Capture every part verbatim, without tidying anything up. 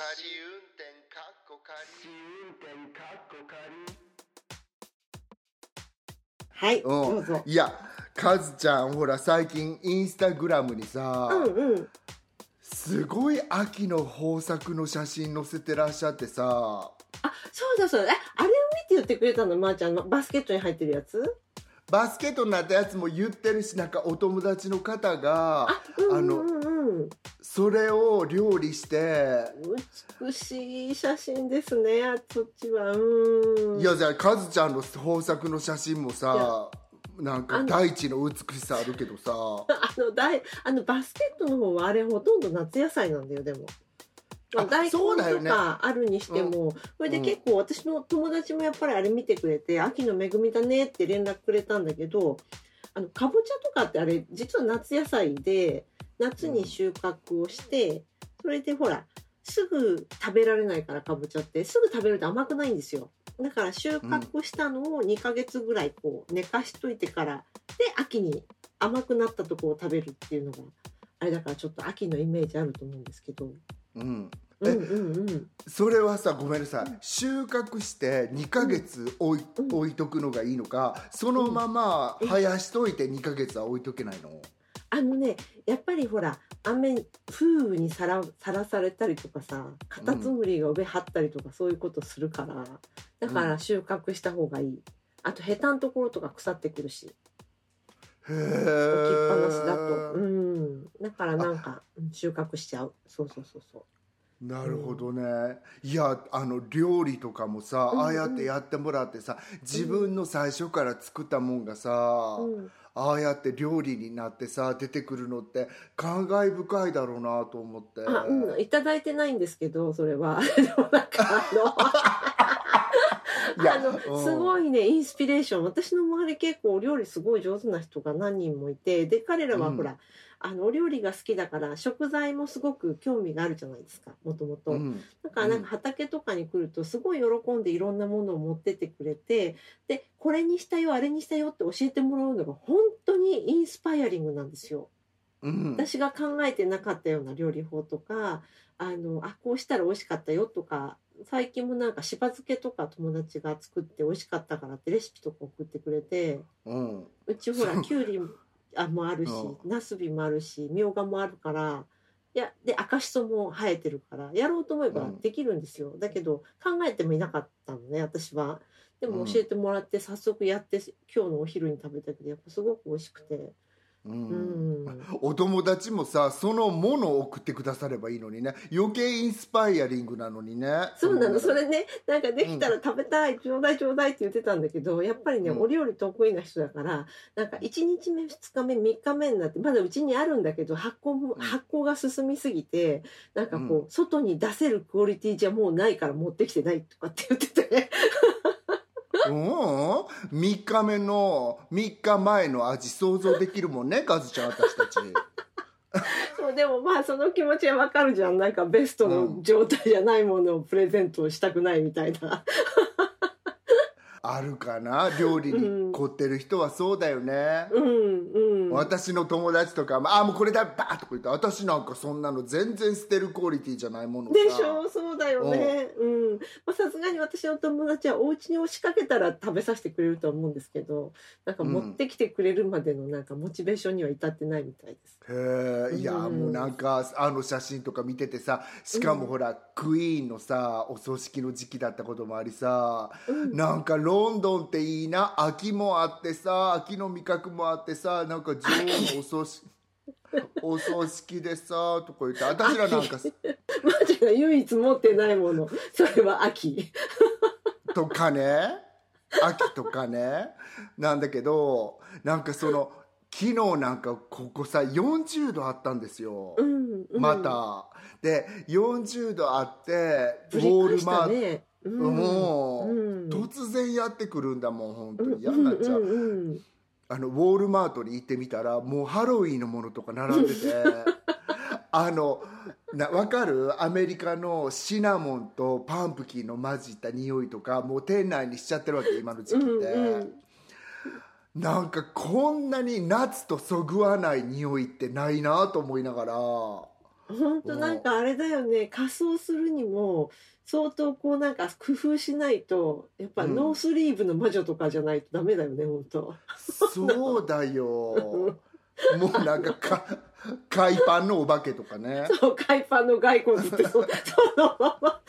試運転かっこ仮試運転かっこはい、 仮どううぞ。 んいやカズちゃんほら最近インスタグラムにさ、 うんうん。 すごい秋の豊作の写真載せてらっしゃってさ、 あ、そうだそうだ。え、あれを見て言ってくれたの、まーちゃんのバスケットに入ってるやつ？ バスケットになったやつも言ってるし、なんかお友達の方があ、うんあのうんうんうん。 それを料理して美しい写真ですね、あそっちは。うん。 いやじゃあカズちゃんの豊作の写真もいさなんか大地の美しさあるけどさあの大あのバスケットの方はあれほとんど夏野菜なんだよ。でもまあ、大根そうだよねとかあるにしても、それで結構私の友達もやっぱりあれ見てくれて、秋の恵みだねって連絡くれたんだけど、あのかぼちゃとかってあれ実は夏野菜で夏に収穫をして、それでほらすぐ食べられないから、かぼちゃってすぐ食べると甘くないんですよ。だから収穫したのをにかげつぐらいこう寝かしといてから、で秋に甘くなったとこを食べるっていうのがあれだから、ちょっと秋のイメージあると思うんですけど。 うんうんうんうん、 それはさごめんなさい、収穫してにかげつ置い、 うん、 置いとくのがいいのか、そのまま生やしといてにかげつは置いとけないの？ あのね、やっぱりほら雨風雨にさら、さらされたりとかさ、カタツムリが上張ったりとか、そういうことするから、だから収穫した方がいい。あとヘタのところとか腐ってくるし、 へ置きっぱなしだと、うん、だからなんか収穫しちゃう。そうそうそうそう。 なるほどね、うん、いやあの料理とかもさ、うんうん、ああやってやってもらってさ、自分の最初から作ったもんがさ、うん、ああやって料理になってさ出てくるのって感慨深いだろうなと思って。 あ、うん、いただいてないんですけど、それはでもなんかあのあのすごいねインスピレーション。私の周り結構お料理すごい上手な人が何人もいて、で彼らはほら、うん、あのお料理が好きだから食材もすごく興味があるじゃないですか、もともと。だからなんか畑とかに来るとすごい喜んでいろんなものを持ってってくれて、でこれにしたよあれにしたよって教えてもらうのが本当にインスパイアリングなんですよ。うん、私が考えてなかったような料理法とか、あのあこうしたら美味しかったよとか、最近もなんかしば漬けとか友達が作って美味しかったからってレシピとか送ってくれて、うん、うちほらきゅうりもあるし、なすびもあるし、みょうがもあるから、いやで赤しそも生えてるからやろうと思えばできるんですよ、うん、だけど考えてもいなかったのね私は。でも教えてもらって早速やって、今日のお昼に食べたけどやっぱすごく美味しくて。 うんうん、お友達もさそのものを送ってくださればいいのにね、余計インスパイアリングなのにね。 そうなの、それね、なんかできたら食べたい、うん、ちょうだいちょうだいって言ってたんだけど、やっぱりね、うん、お料理得意な人だからなんかいちにちめふつかめみっかめになってまだうちにあるんだけど、発酵も、うん、発酵が進みすぎてなんかこう、うん、外に出せるクオリティじゃもうないから持ってきてないとかって言っててねうん、みっかめのみっかまえの味想像できるもんねカズちゃん私たちそうでもまあその気持ちはわかるじゃん。なんかベストの状態じゃないものをプレゼントしたくないみたいな、うん、 あるかな、料理に凝ってる人はそうだよね。 うんうん、 私の友達とかあもうこれだバーッとか言って、私なんかそんなの全然捨てるクオリティじゃないものでしょ。そうだよね。うんさすがに私の友達はお家に押しかけたら食べさせてくれるとは思うんですけど、なんか持ってきてくれるまでのなんかモチベーションには至ってないみたいです。 へえ、いや、うん、もうなんかあの写真とか見ててさ、しかもほら、うん、クイーンのさお葬式の時期だったこともありさ、うん、なんかロンドンっていいな、秋もあってさ、秋の味覚もあってさ、なんか女王のお葬式お葬式でさとか言って、私らなんかマジが唯一持ってないもの、それは秋とかね、秋とかねなんだけど、なんかその昨日なんかここさよんじゅうどあったんですよ、うんうん、またでよんじゅうどあってウォールマート、うん、もう、うん、突然やってくるんだもん、本当に嫌になっちゃう、うんうんうん、あのウォールマートに行ってみたらもうハロウィンのものとか並んでてあのな分かる、アメリカのシナモンとパンプキンの混じった匂いとかもう店内にしちゃってるわけ今の時期って、うんうん、なんかこんなに夏とそぐわない匂いってないなと思いながら、 本当なんかあれだよね、仮装するにも相当こうなんか工夫しないと、やっぱノースリーブの魔女とかじゃないとダメだよね、本当。 そうだよ。もうなんかか海パンのお化けとかね。 そう、海パンの骸骨ってそそのまま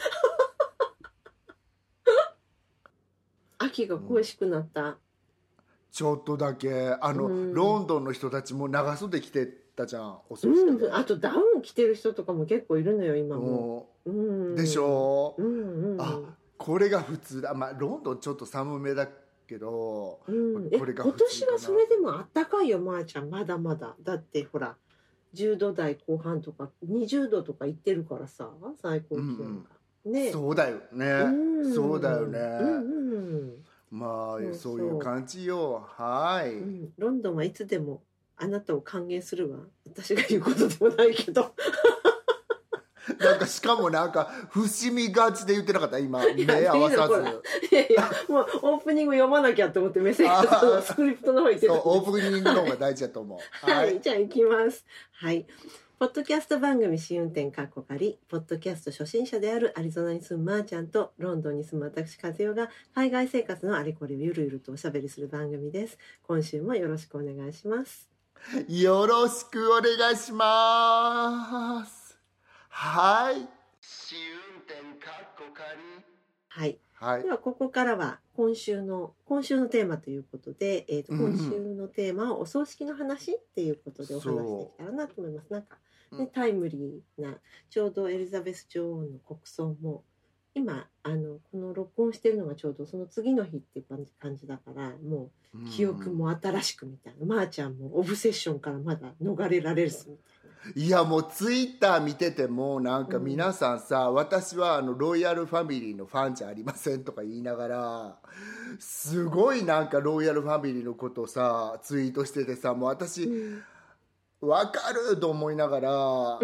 秋が恋しくなった、うん、 ちょっとだけあの、うん、ロンドンの人たちも長袖着てたじゃん、お葬式で、 うん、あとダウン着てる人とかも結構いるのよ今も、 うん、でしょ、 うんうん、 あ、これが普通だ。まあロンドンちょっと寒めだけど、 うん、これが普通かな。今年はそれでもあったかいよ、まーちゃん。まだまだだってほらじゅうど台後半とかにじゅうどとかいってるからさ、最高気温が、うんうん、ね、 そうだよね、うん、そうだよね、うんうん、まあ そう, そうそういう感じよ。はい、うん、 ロンドンはいつでもあなたを歓迎するわ。私が言うことでもないけどなんかしかもなんか伏見がちで言ってなかった今、目合わさず。いやいや、もうオープニング読まなきゃと思って目線がスクリプトの方に言ってた。 そう、オープニングの方が大事だと思う。 はい、はい、じゃあ行きます。はい。ポッドキャスト番組試運転かっこかり、ポッドキャスト初心者であるアリゾナに住むまーちゃんとロンドンに住む私和代が海外生活のあれこれをゆるゆるとおしゃべりする番組です。今週もよろしくお願いします。 よろしくお願いします。はい。試運転かっこかり。 はい。はい、ではここからは今週の今週のテーマということで、えーと、今週のテーマはお葬式の話っていうことでお話していけたらなと思います。なんか、ね、タイムリーな、ちょうどエリザベス女王の国葬も今あのこの録音してるのがちょうどその次の日っていう感じ、感じだから、もう記憶も新しくみたいな、まーちゃんもオブセッションからまだ逃れられるみたいな。 いやもうツイッター見ててもなんか皆さんさ、うん、私はあのロイヤルファミリーのファンじゃありませんとか言いながらすごいなんかロイヤルファミリーのことをさツイートしててさ、もう私、うん、分かると思いながら、うん、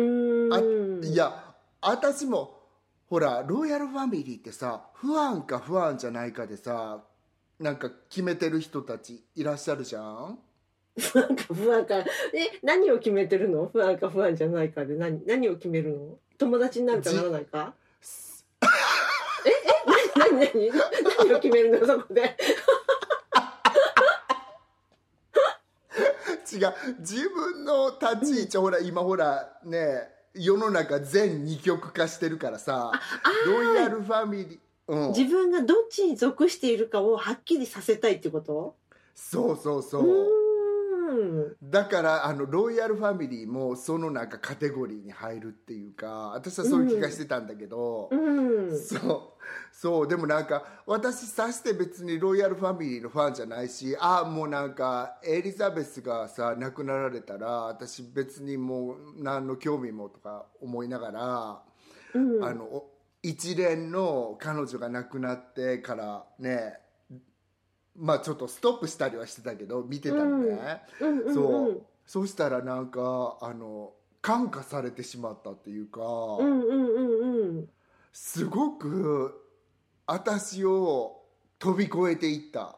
あいや私もほらロイヤルファミリーってさ不安か不安じゃないかでさなんか決めてる人たちいらっしゃるじゃん。 不安か不安か。え、何を決めてるの？不安か不安じゃないかで何何を決めるの？友達になるかならないか？ええ何何何何を決めるのそこで？ 違う、自分の立ち位置、うん、ほら今ほらね世の中全二極化してるからさ、ロイヤルファミリー、 うん、自分がどっちに属しているかをはっきりさせたいってこと？ そうそうそう。うだからあのロイヤルファミリーもそのなんかカテゴリーに入るっていうか、私はそういう気がしてたんだけど、うんうん、そうそうでもなんか私さして別にロイヤルファミリーのファンじゃないし、ああもうなんかエリザベスがさ亡くなられたら私別にもう何の興味もとか思いながら、うん、あの一連の彼女が亡くなってからね、まあちょっとストップしたりはしてたけど見てたのね、うんうんうんうん、そうそうしたらなんかあの感化されてしまったっていうか、うんうんうんうん、すごく私を飛び越えていった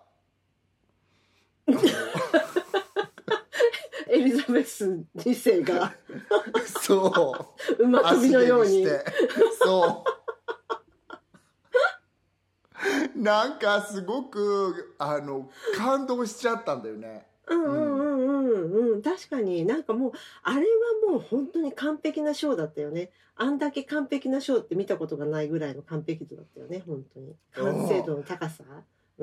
エリザベスにせいがそう馬跳びのようにそうなんかすごくあの感動しちゃったんだよね。 うんうんうんうんうん、確かになんかもうあれはもう本当に完璧なショーだったよね。あんだけ完璧なショーって見たことがないぐらいの完璧度だったよね、本当に完成度の高さ。うん、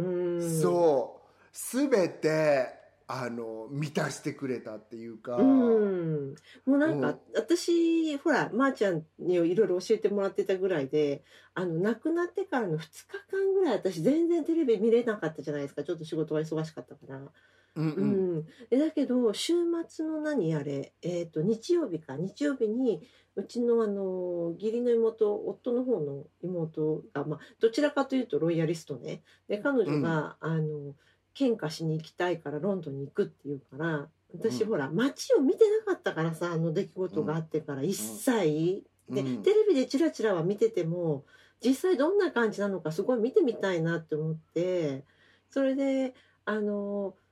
そう全てあの満たしてくれたっていうか、うん、もうなんか、うん、私ほらまーちゃんにいろいろ教えてもらってたぐらいで、あの亡くなってからのふつかかんぐらい私全然テレビ見れなかったじゃないですか、ちょっと仕事が忙しかったから。うんうんうん、だけど週末の何あれ、えーと、日曜日か日曜日にうちのあの義理の妹、夫の方の妹が、まあ、どちらかというとロイヤリストね。で彼女が、うん、あの献花しに行きたいからロンドンに行くっていうから、私、うん、ほら街を見てなかったからさ、あの出来事があってから一切、うん、で、うん、テレビでチラチラは見てても実際どんな感じなのかすごい見てみたいなって思って、それであの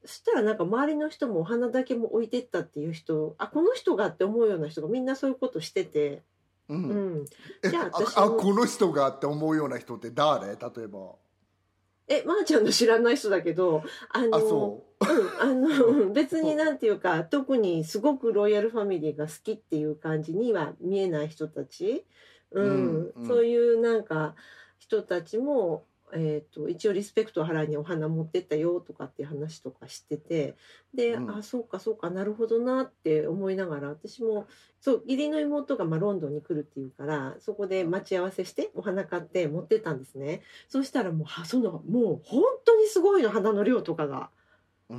そしたらなんか周りの人もお花だけも置いてったっていう人、あこの人がって思うような人がみんなそういうことしてて、 うん、 うん、 じゃあ私ああこの人がって思うような人って誰？例えばえまー、あ、ちゃんの知らない人だけどあのあそう、 うん、あの別になんていうか特にすごくロイヤルファミリーが好きっていう感じには見えない人たち、うん、うんうん、そういうなんか人たちもえー、と一応リスペクトを払いにお花持ってったよとかっていう話とかしててで、うん、あそうかそうかなるほどなって思いながら私もそう義理の妹がまあロンドンに来るっていうからそこで待ち合わせしてお花買って持ってったんですね。そしたらもうはそのもう本当にすごいの花の量とかが、 うん、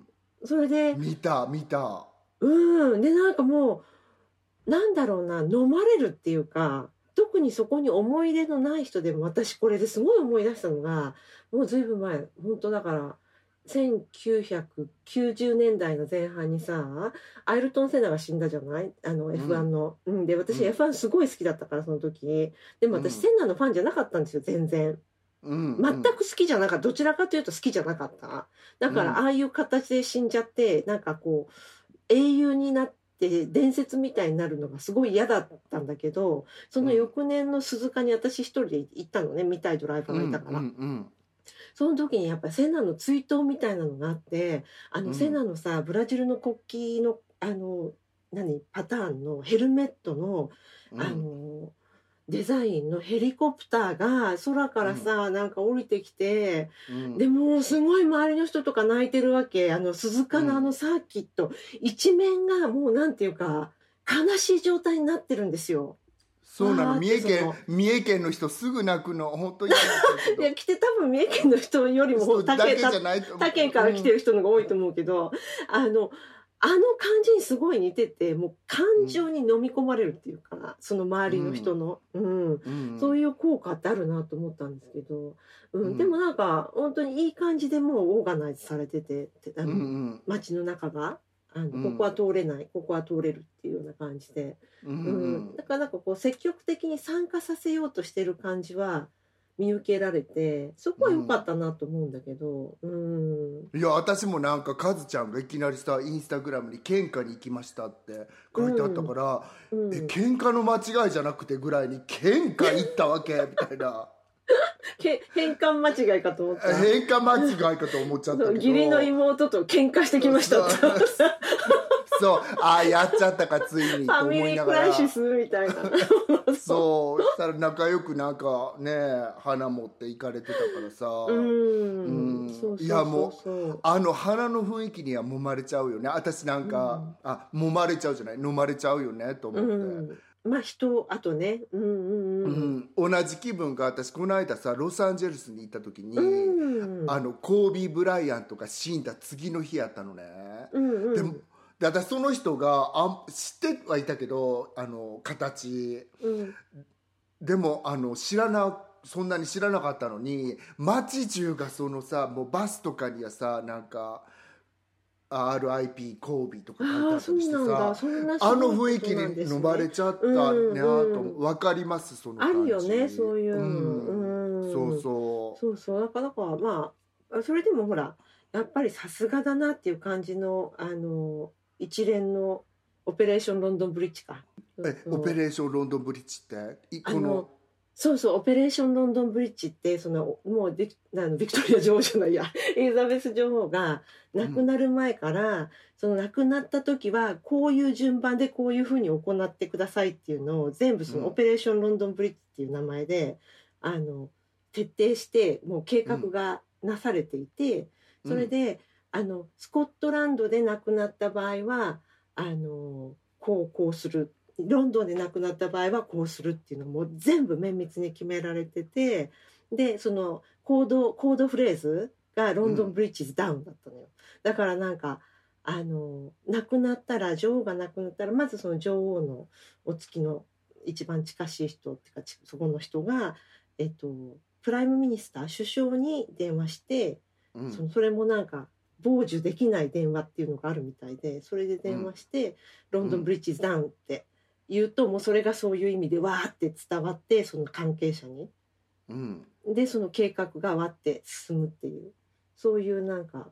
それで見た見たうんでなんかもうなんだろうな飲まれるっていうか特にそこに思い入れのない人でも私これですごい思い出したのがもうずいぶん前本当だからせんきゅうひゃくきゅうじゅうねんだいの前半にさアイルトン・セナが死んだじゃないあの エフワン の、うん、で私 エフワン すごい好きだったからその時でも私、うん、セナのファンじゃなかったんですよ全然、うんうん、全く好きじゃなかったどちらかというと好きじゃなかっただからああいう形で死んじゃってなんかこう英雄になってで伝説みたいになるのがすごい嫌だったんだけどその翌年の鈴鹿に私一人で行ったのね見たいドライバーがいたから、うんうんうん、その時にやっぱりセナの追悼みたいなのがあってあの、うん、セナのさブラジルの国旗のあの何パターンのヘルメットの、うん、あのデザインのヘリコプターが空からさ、うん、なんか降りてきて、うん、でもすごい周りの人とか泣いてるわけあの鈴鹿のあのサーキット、うん、一面がもうなんていうか悲しい状態になってるんですよ。 そうなの三重県三重県の人すぐ泣くの本当にいや来て多分三重県の人よりも他県他県から来てる人の方が多いと思うけど、うん、あのあの感じにすごい似ててもう感情に飲み込まれるっていうか、うん、その周りの人の、うんうん、そういう効果ってあるなと思ったんですけど、うんうん、でもなんか本当にいい感じでもうオーガナイズされててあの、うんうん、街の中があの、うん、ここは通れないここは通れるっていうような感じで、うんうん、だからなんかこう積極的に参加させようとしてる感じは見受けられてそこは良かったなと思うんだけど、うんうん、 いや私もなんかカズちゃんがいきなりさインスタグラムに喧嘩に行きましたって書いてあったから、うんうん、え喧嘩の間違いじゃなくてぐらいに喧嘩行ったわけみたいなけ変換間違いかと思った変換間違いかと思っちゃったけど義理の妹と喧嘩してきましたってそうああやっちゃったかついにと思いながらファミリークライシスみたいなそうしたら仲良くなんかね花持って行かれてたからさうんいやもうあの花の雰囲気には揉まれちゃうよね私なんか、うん、あ揉まれちゃうじゃない飲まれちゃうよねと思って、うんまあ人あとね、うんうんうんうん、同じ気分が私この間さロサンゼルスに行った時に、うん、あのコービー・ブライアントが死んだ次の日やったのね、うんうん、でもで私その人があ知ってはいたけどあの形、うん、でもあの知らなそんなに知らなかったのに街中がそのさもうバスとかにはさなんかアールアイピー コービーとか書いてあったりしてさ あ, あの雰囲気に飲まれちゃったね、うんうん、と分かりますその感じあるよねそういうの、 うんうん、そうそうそうそうなかなかまあそれでもほらやっぱりさすがだなっていう感じのあの一連のオペレーションロンドンブリッジかえオペレーションロンドンブリッジってこのそうそうオペレーションロンドンブリッジってそのもうビあのビクトリア女王じゃないやエリザベス女王が亡くなる前から、うん、その亡くなった時はこういう順番でこういうふうに行ってくださいっていうのを全部そのオペレーションロンドンブリッジっていう名前で、うん、あの徹底してもう計画がなされていて、うん、それであのスコットランドで亡くなった場合はあのこうこうするロンドンで亡くなった場合はこうするっていうのも全部綿密に決められててでそのコードコードフレーズがロンドンブリッジズダウンだったのよ、うん、だからなんかあの亡くなったら女王が亡くなったらまずその女王のお付きの一番近しい人っていうかそこの人が、えっと、プライムミニスター首相に電話して、うん、そのそれもなんか傍受できない電話っていうのがあるみたいでそれで電話して、うん、ロンドンブリッジズダウンって言うともうそれがそういう意味でわーって伝わってその関係者に、うん、でその計画がわって進むっていうそういうなんか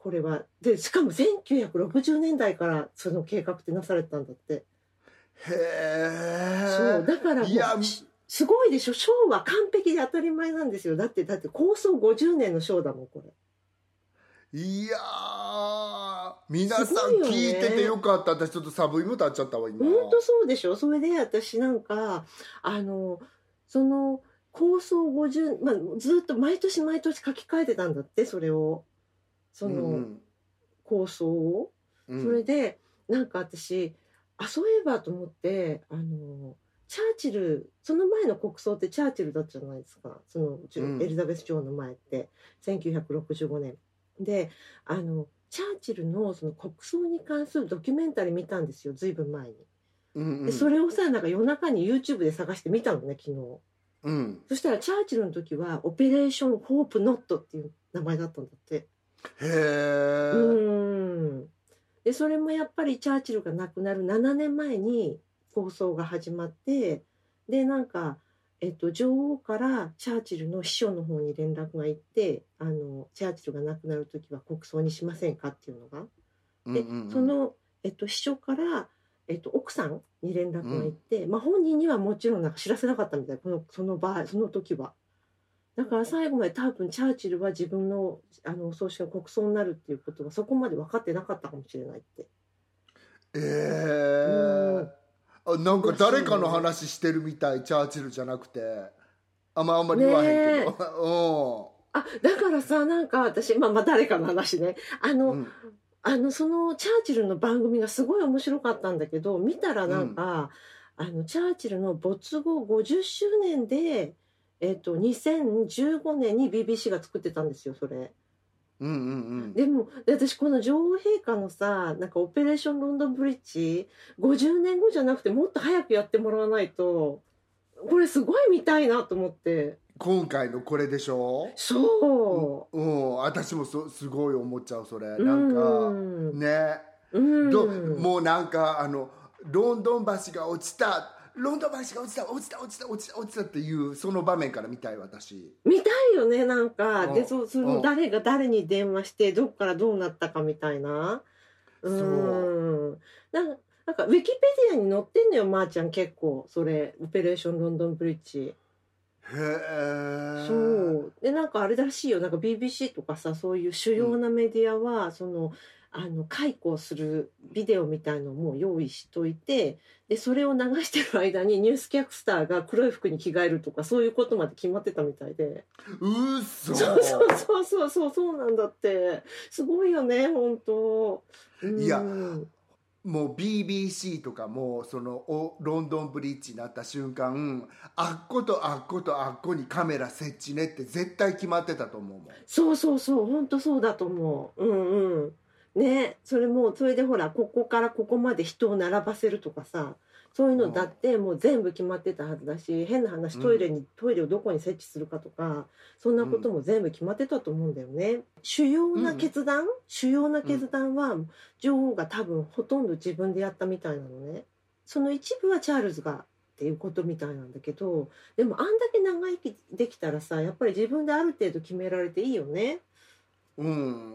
これは。でしかもせんきゅうひゃくろくじゅうねんだいからその計画ってなされたんだって。へえ。 そうだからもういやすごいでしょ。ショーは完璧で当たり前なんですよ。だってだって構想ごじゅうねんのショーだもんこれ。 いやー皆さん聞いててよかった。私ちょっとサブイも立っちゃったわ今。 本当そうでしょ。それで私なんかあのその構想ごじゅう、まあ、ずっと毎年毎年書き換えてたんだってそれをその構想を、うんうん、それでなんか私あそういえばと思ってあのチャーチルその前の国葬ってチャーチルだったじゃないですかその、うん、エリザベス女王の前ってせんきゅうひゃくろくじゅうごねんであのチャーチル の, その国葬に関するドキュメンタリー見たんですよずいぶん前に、うんうん、でそれをさなんか夜中に YouTube で探して見たのね昨日、うん、そしたらチャーチルの時はオペレーションホープノットっていう名前だったんだって。へえ。うんでそれもやっぱりチャーチルが亡くなるななねんまえに構想が始まってでなんか、えっと、女王からチャーチルの秘書の方に連絡が行ってあのチャーチルが亡くなる時は国葬にしませんかっていうのがで、うんうんうん、その、えっと、秘書からえっと、奥さんに連絡が行って、うんまあ、本人にはもちろんなんか知らせなかったみたいこのその場合その時はだから最後まで多分チャーチルは自分のあのお葬式が国葬になるっていうことがそこまで分かってなかったかもしれないって。ええー、あなんか誰かの話してるみたい、チャーチルじゃなくてあんまあんまり言わへんけど、ね、 あだからさなんか私、まあ、まあ誰かの話ねあの、うんあのそのチャーチルの番組がすごい面白かったんだけど見たらなんか、うん、あのチャーチルの没後ごじゅっしゅうねんで、えっと、にせんじゅうごねんに ビービーシー が作ってたんですよそれ。うんうんうん、でもで私この女王陛下のさなんかオペレーションロンドンブリッジごじゅうねんごじゃなくてもっと早くやってもらわないとこれすごい見たいなと思って。 今回のこれでしょ。そう、うん、うん、私もそすごい思っちゃうそれなんかね、うん、どもうなんかあのロンドン橋が落ちたロンドン橋が落ちた落ちた落ちた落ちた落ちたっていうその場面から見たい私見たいよねなんか、うん、で そ, その誰が誰に電話してどっからどうなったかみたいな。そうなんかなんかウィキペディアに載ってんのよまーちゃん結構それオペレーションロンドンブリッジ。へえ。そうでなんかあれらしいよなんか ビービーシー とかさそういう主要なメディアは、うん、そのあの解雇するビデオみたいのも用意しといてでそれを流してる間にニュースキャスターが黒い服に着替えるとかそういうことまで決まってたみたいで。うそ。そうそうそうそうそうそうなんだってすごいよね本当。 いやもう ビービーシー とかもそのロンドンブリッジになった瞬間あっことあっことあっこにカメラ設置ねって絶対決まってたと思うもん。 そうそうそう本当そうだと思う。うんうんねそれもそれでほらここからここまで人を並ばせるとかさそういうのだってもう全部決まってたはずだし、うん、変な話トイレに、うん、トイレをどこに設置するかとかそんなことも全部決まってたと思うんだよね、うん、主要な決断、うん、主要な決断は女王が多分ほとんど自分でやったみたいなのね。その一部はチャールズがっていうことみたいなんだけどでもあんだけ長生きできたらさやっぱり自分である程度決められていいよね。 うん、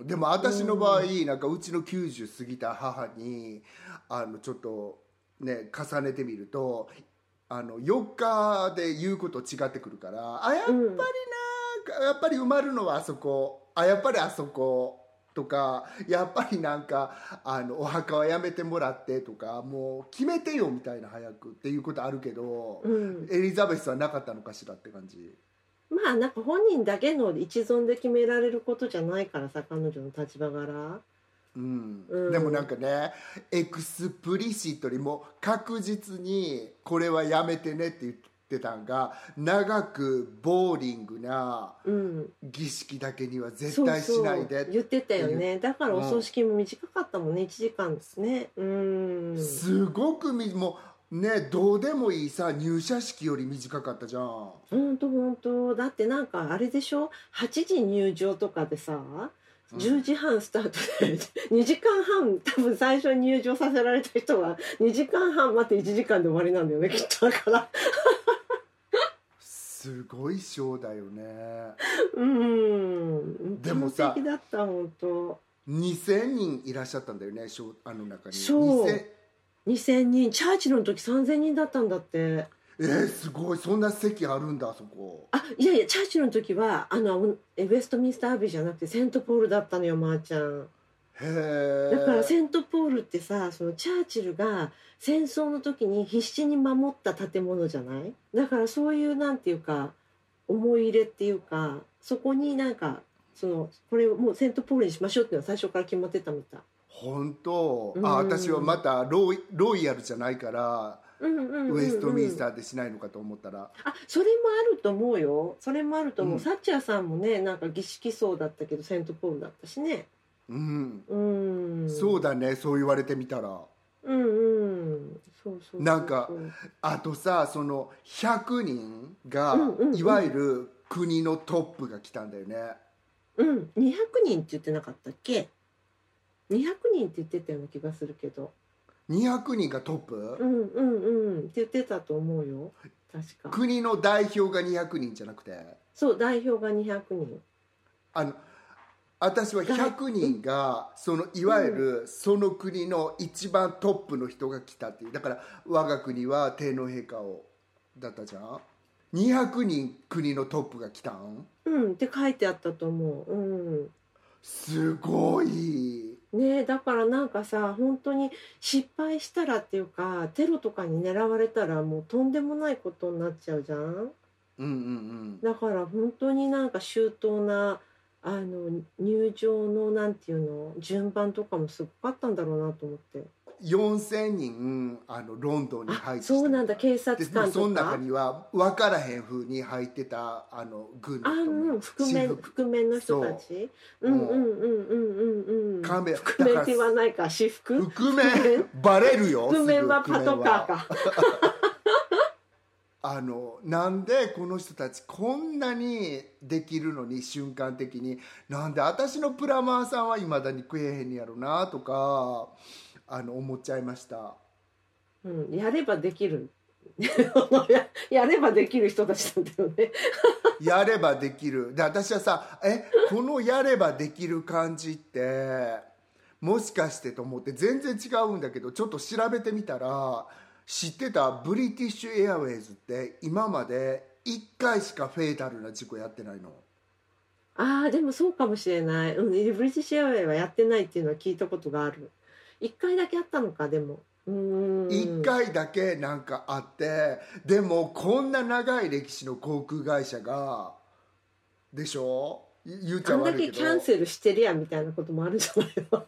でも私の場合、うん、なんかうちのきゅうじゅう過ぎた母にあのちょっとね重ねてみるとあのよっかで言うこと違ってくるからあやっぱりな、うん、やっぱり埋まるのはあそこあやっぱりあそことかやっぱりなんかあのお墓はやめてもらってとかもう決めてよみたいな早くっていうことあるけど、うん、エリザベスはなかったのかしらって感じ。 まあなんか本人だけの一存で決められることじゃないからさ彼女の立場柄、 うんうん、でもなんかねエクスプリシットにも確実にこれはやめてねって言ってたんが長くボーリングな儀式だけには絶対しないで、 うん、そうそう言ってたよね。だからお葬式も短かったもんね、うん、いちじかんですね。うんすごくみもうね、どうでもいいさ入社式より短かったじゃん。ほんとほんとだってなんかあれでしょはちじ入場とかでさじゅうじはんスタートでにじかんはん多分最初に入場させられた人はにじかんはん待っていちじかんで終わりなんだよねきっと。だからすごいショーだよね。 うんでもさ完璧だった本当。 にせんにんいらっしゃったんだよね、あの中に。 そうにせんにん。チャーチルの時さんぜんにんだったんだって。 えー、すごい。そんな席あるんだ、あそこ。 あ、いやいや、チャーチルの時はあのウェストミンスターアビーじゃなくてセントポールだったのよ、まーちゃん。 へだからセントポールってさ、そのチャーチルが戦争の時に必死に守った建物じゃない。だからそういうなんていうか思い入れっていうか、そこになんかそのこれをもうセントポールにしましょうっていうのは最初から決まってたみたい。 本当、 うん、 あ、私はまたロイ、ロイヤルじゃないからウエストミンスターでしないのかと思ったら、 あ、それもあると思うよ。それもあると思う、うん、サッチャーさんもね、なんか儀式葬だったけどセントポールだったしね。 うん、 うん、 そうだね、そう言われてみたら。 うんうん、そうそうそうそう。 なんかあとさ、そのひゃくにんが、うんうんうん、いわゆる国のトップが来たんだよね。 うん、にひゃくにんって言ってなかったっけ。にひゃくにんって言ってたような気がするけど。 にひゃくにんがトップ？ うんうんうんって言ってたと思うよ、確か。 国の代表がにひゃくにんじゃなくて。 そう、代表がにひゃくにん。 あの私はひゃくにんがそのいわゆるその国の一番トップの人が来たっていう。だから我が国は天皇陛下をだったじゃん。にひゃくにん国のトップが来たん。 うんって書いてあったと思う。うん、 すごいね。だからなんかさ、本当に失敗したらっていうかテロとかに狙われたらもうとんでもないことになっちゃうじゃん。うんうんうん。 だから本当になんか周到なあの入場のなんていうの順番とかもすごかったんだろうなと思って。 よんせんにんあのロンドンに入ってきた。 そうなんだ、警察官とか。 その中には分からへん風に入ってたあの軍の人も、 うん、覆面覆面の人たち。うんうんうんうんうんうん。 覆面覆面って言わないか、私服。 覆面バレるよ。 覆面はパトカーか。 あのなんでこの人たちこんなにできるのに、瞬間的になんで私のプラマーさんはいまだに食えへんやろなとかあの思っちゃいました。 うん、やればできるや, やればできる人たちなんだよねやればできる。で私はさ、えこのやればできる感じってもしかしてと思って全然違うんだけど、ちょっと調べてみたら、知ってた？ブリティッシュエアウェイズって今までいっかいしかフェイタルな事故やってないの。 ああ、でもそうかもしれない、うん、ブリティッシュエアウェイはやってないっていうのは聞いたことがある。いっかいだけあったのか。でもうーんいっかいだけなんかあって、でもこんな長い歴史の航空会社がでしょ、言っちゃ悪いけど、 あんだけキャンセルしてるやんみたいなこともあるんじゃないの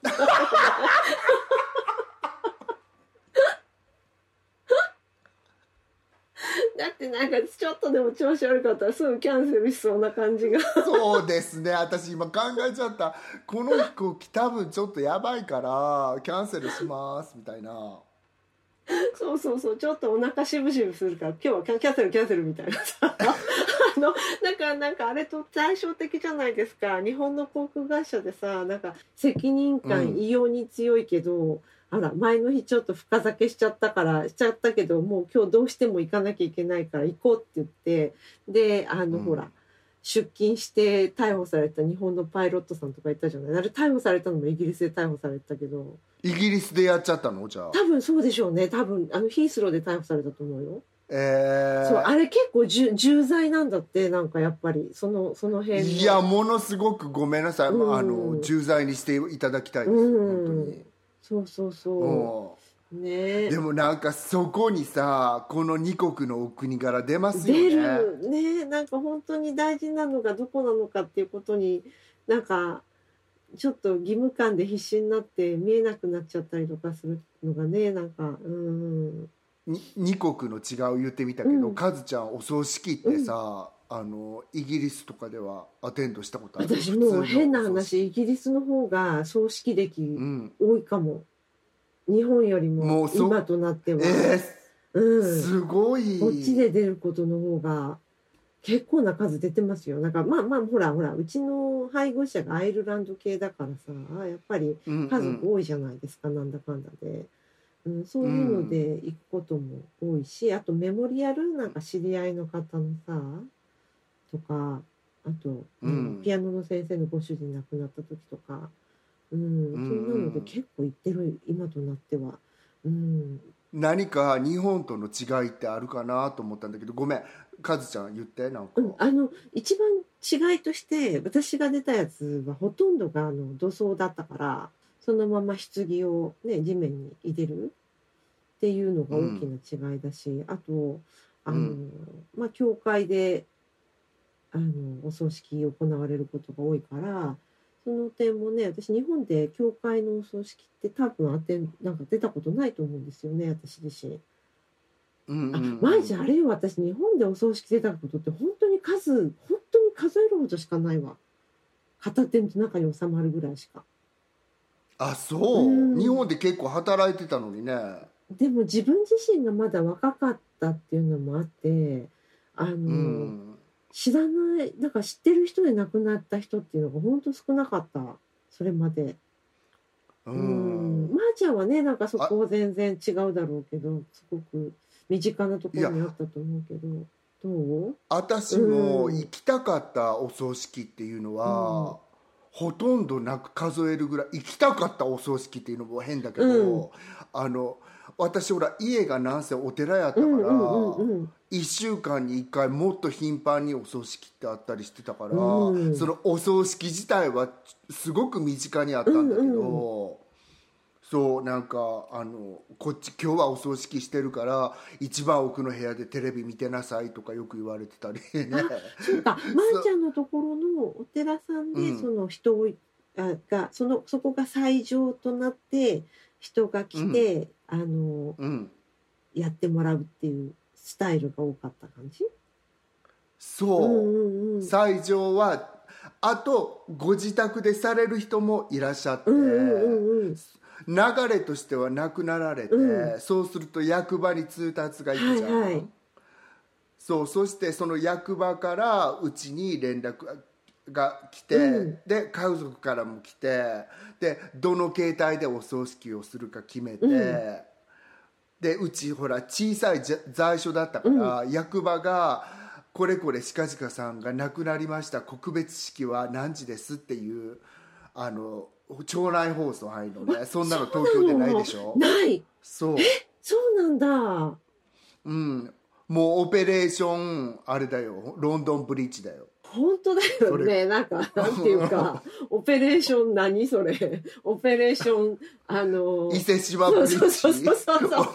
だってなんかちょっとでも調子悪かったらすぐキャンセルしそうな感じがそうですね。私今考えちゃった。この飛行機多分ちょっとやばいからキャンセルしますみたいな。 そうそうそう、ちょっとお腹しぶしぶするから今日はキャンセルキャンセルみたいなさあのだからなんかあれと対照的じゃないですか。日本の航空会社でさ、なんか責任感異様に強いけど、うん、あら前の日ちょっと深酒しちゃったからしちゃったけど、もう今日どうしても行かなきゃいけないから行こうって言って、であの、うん、ほら出勤して逮捕された日本のパイロットさんとかいたじゃない。あれ逮捕されたのもイギリスで逮捕されたけど。 イギリスでやっちゃったの？じゃあ多分そうでしょうね。多分あのヒースローで逮捕されたと思うよ。 えー、 そう、あれ結構重罪なんだって。なんかやっぱりそのその辺の。 いやものすごくごめんなさい、うん、あの重罪にしていただきたいです、うん、本当に。 そうそうそう、ね、 でもなんかそこにさ、このにこくのお国柄出ますよね。 出るね。なんか本当に大事なのがどこなのかっていうことになんかちょっと義務感で必死になって見えなくなっちゃったりとかするのがね、なんかうんにこくの違う言ってみたけど、うん、カズちゃんお葬式ってさ、うん、あのイギリスとかではアテンドしたことある？ 私もう変な話、イギリスの方が葬式歴多いかも、うん、日本よりも今となっては、 えーうん、 すごい。 こっちで出ることの方が結構な数出てますよ。なんかまあまあほらほらうちの配偶者がアイルランド系だからさ、やっぱり家族多いじゃないですか、うんうん、なんだかんだで、うん、そういうので行くことも多いし、あとメモリアルなんか知り合いの方のさとか、あと、うん、ピアノの先生のご主人亡くなった時とかうん、そんなので結構行ってる今となっては、うん、 何か日本との違いってあるかなと思ったんだけど、ごめんカズちゃん言ってなんか、 うん、あの一番違いとして私が出たやつはほとんどがあの土葬だったから、そのまま棺を、ね、地面に入れるっていうのが大きな違いだし、うん、あとあの、うん、まあ、教会であのお葬式行われることが多いから、その点もね、私日本で教会のお葬式って多分あてなんか出たことないと思うんですよね、私自身。 うんうんうん、 あ、マジあれよ、私日本でお葬式出たことって本当に数本当に数えるほどしかないわ。片手の中に収まるぐらいしか。 あ、そう、うん、日本で結構働いてたのにね。 でも自分自身がまだ若かったっていうのもあって、あの、うん、知らないなんか知ってる人で亡くなった人っていうのが本当少なかった、それまで。うん、まーちゃんはねなんかそこは全然違うだろうけど、すごく身近なところにあったと思うけど、どう？ 私も行きたかったお葬式っていうのは、うん、ほとんどなく数えるぐらい行きたかったお葬式っていうのも変だけど、うん、あの私ほら家がなんせお寺やったから、うんうんうんうん、いっしゅうかんにいっかいもっと頻繁にお葬式ってあったりしてたから、うん、そのお葬式自体はすごく身近にあったんだけど、うんうん、そうなんかあのこっち今日はお葬式してるから一番奥の部屋でテレビ見てなさいとかよく言われてたりね。 そうか、まーちゃんのところのお寺さんで、うん、その人をあがそのそこが斎場となって人が来て、うん、あの、うん、やってもらうっていうスタイルが多かった感じ？ そう、うんうんうん、斎場はあとご自宅でされる人もいらっしゃって、うんうんうんうん、流れとしてはなくなられて、うん、そうすると役場に通達がいくじゃん、はいはい、そうそしてその役場からうちに連絡が来て、うん、で家族からも来て、でどの形態でお葬式をするか決めて、うん、でうちほら小さい在所だったから、うん、役場がこれこれ近々さんが亡くなりました、告別式は何時ですっていうあの町内放送入るのね。そんなの東京でないでしょ。 ない。 そう。 え、そうなんだ。 うん。もうオペレーションあれだよ、ロンドンブリッジだよ。 本当だよね。なんかなんていうかオペレーション何それ。オペレーションあの伊勢志摩ブリッジ。そうそうそうそうそう。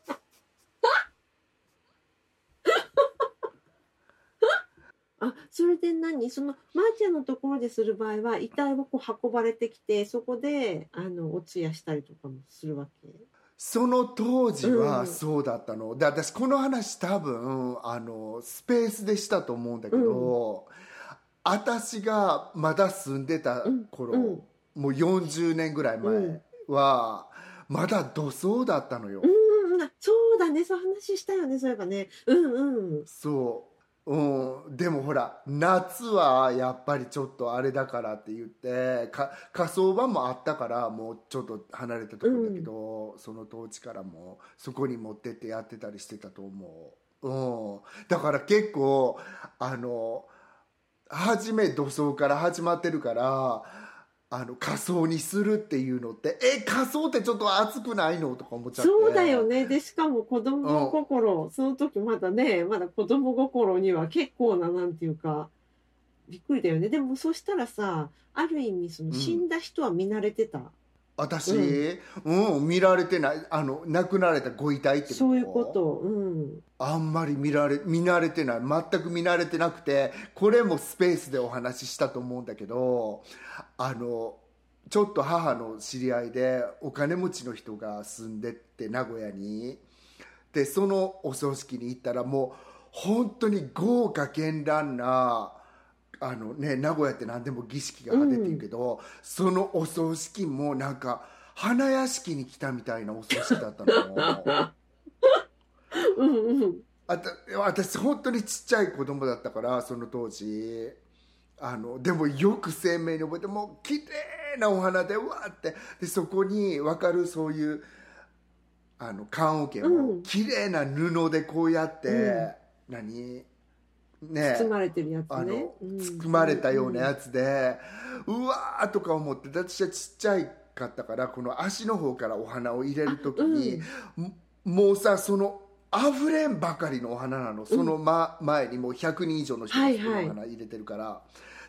あ、それで何そのマーちゃんのところでする場合は遺体をこう運ばれてきてそこであのお通夜したりとかもするわけ？ その当時はそうだったの、うん、で私この話多分あのスペースでしたと思うんだけど、うん、私がまだ住んでた頃、うんうん、もうよんじゅうねんぐらい前は、まだ土葬だったのよ、 うん、そうだね、そう話したよね、そういえばね、うんうん、 そううん、でもほら夏はやっぱりちょっとあれだからって言ってか火葬場もあったからもうちょっと離れたところだけど、うん、その当地からもそこに持ってってやってたりしてたと思う、うん、だから結構あの初め土葬から始まってるからあの仮装にするっていうのってえ仮装ってちょっと熱くないのとか思っちゃって。 そうだよね。でしかも子供心、うん、その時まだねまだ子供心には結構ななんていうかびっくりだよね。でもそしたらさある意味その死んだ人は見慣れてた、うん、 私、うん、うん、見られてないあの亡くなられたご遺体ってこと？ そういうこと、うん、 あんまり見られ見慣れてない、全く見慣れてなくて、これもスペースでお話ししたと思うんだけど、あのちょっと母の知り合いでお金持ちの人が住んでって名古屋に、でそのお葬式に行ったらもう本当に豪華絢爛なあの、ね、名古屋って何でも儀式が派手って言うけど、うん、そのお葬式もなんか花屋敷に来たみたいなお葬式だったのうんうん、あた私本当にちっちゃい子供だったからその当時あのでもよく鮮明に覚えて、もう綺麗なお花でわーってでそこに分かるそういうあの棺桶も綺麗な布でこうやって、うん、何ね、 包まれてるやつね、 あの、 うん、 包まれたようなやつで、うん、うわーとか思って、私はちっちゃいかったからこの足の方からお花を入れる時に、うん、もうさその溢れんばかりのお花なの、その、ま、前にもうひゃくにん以上の人がそのお花入れてるから、はいはい、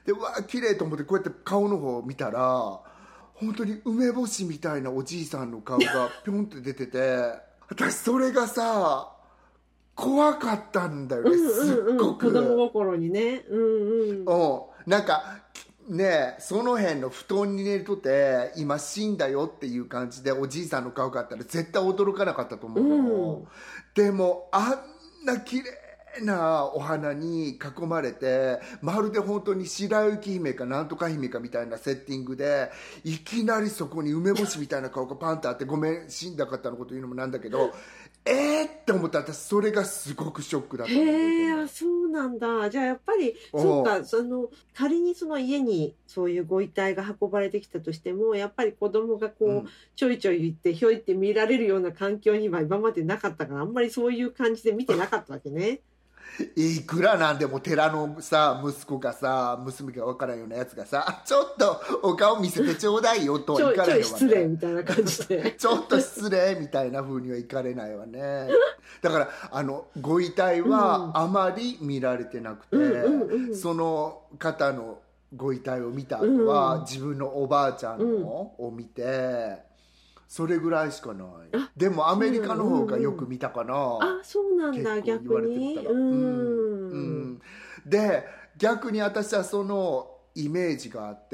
でうわー綺麗と思ってこうやって顔の方を見たら本当に梅干しみたいなおじいさんの顔がピョンって出てて私それがさ怖かったんだよね、すっごく、 うんうんうん、子供心にね、うんうん、 おなんかねその辺の布団に寝るとって今死んだよっていう感じでおじいさんの顔があったら絶対驚かなかったと思うの、うん、でもあんな綺麗なお花に囲まれてまるで本当に白雪姫かなんとか姫かみたいなセッティングでいきなりそこに梅干しみたいな顔がパンとあって、ごめん死んだ方のこと言うのもなんだけどえーって思ったら私それがすごくショックだった。 へえ、そうなんだ。じゃあやっぱりそうか、その仮にその家にそういうご遺体が運ばれてきたとしてもやっぱり子供がこう、うん、ちょいちょい言ってひょいって見られるような環境には今までなかったからあんまりそういう感じで見てなかったわけね。 いくらなんでも寺のさ息子がさ娘が分からんようなやつがさちょっとお顔見せてちょうだいよとはいかないわね。 ちょい失礼みたいな感じでちょっと失礼みたいな風にはいかれないわね。だからあのご遺体はあまり見られてなくて、うんうんうん、その方のご遺体を見た後は、うん、自分のおばあちゃんのを見て、それぐらいしかない。でもアメリカの方がよく見たかな、うんうん、 あそうなんだ、結構言われてみたら、うんうん、 で逆に私はそのイメージがあって、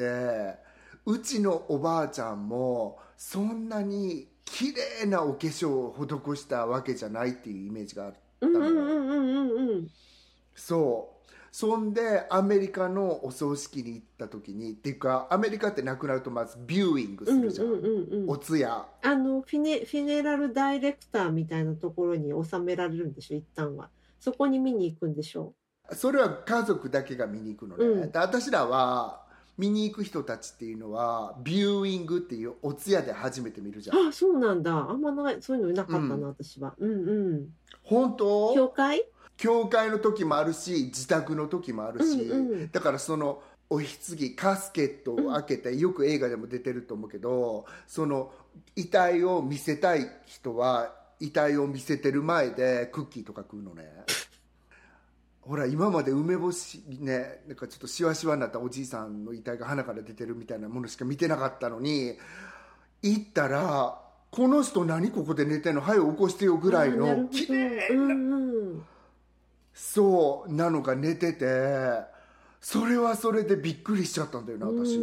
うちのおばあちゃんもそんなに綺麗なお化粧を施したわけじゃないっていうイメージがあったの、うんうんうんうん、そうそんでアメリカのお葬式に行った時にっていうかアメリカって亡くなるとまずビューイングするじゃん、うんうんうんうん、お通夜あのフィネ、フィネラルダイレクターみたいなところに収められるんでしょ、一旦はそこに見に行くんでしょ。 それは家族だけが見に行くのね、うん、で私らは見に行く人たちっていうのはビューイングっていうお通夜で初めて見るじゃん。 あ、そうなんだ。あんまない、そういうのなかったな、うん、私は。うんうん。 本当？ 教会？ 教会の時もあるし自宅の時もあるし、うんうん、だからそのお棺カスケットを開けて、うん、よく映画でも出てると思うけど、その遺体を見せたい人は遺体を見せてる前でクッキーとか食うのね。ほら今まで梅干しね、なんかちょっとシワシワになったおじいさんの遺体が鼻から出てるみたいなものしか見てなかったのに、行ったらこの人何ここで寝てんの、早く起こしてよぐらいの綺麗な、うんうん、そうなのが寝てて、それはそれでびっくりしちゃったんだよな私。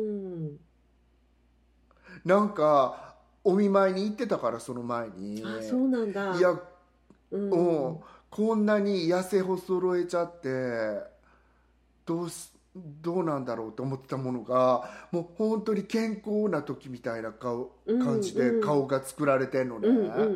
なんかお見舞いに行ってたから、その前に。 あ、そうなんだ。 いや、うん、うん、こんなに痩せ細えちゃってどうしどうなんだろうと思ってたものが、もう本当に健康な時みたいな顔、うんうん、感じで顔が作られてんのね、うんうんうんうん、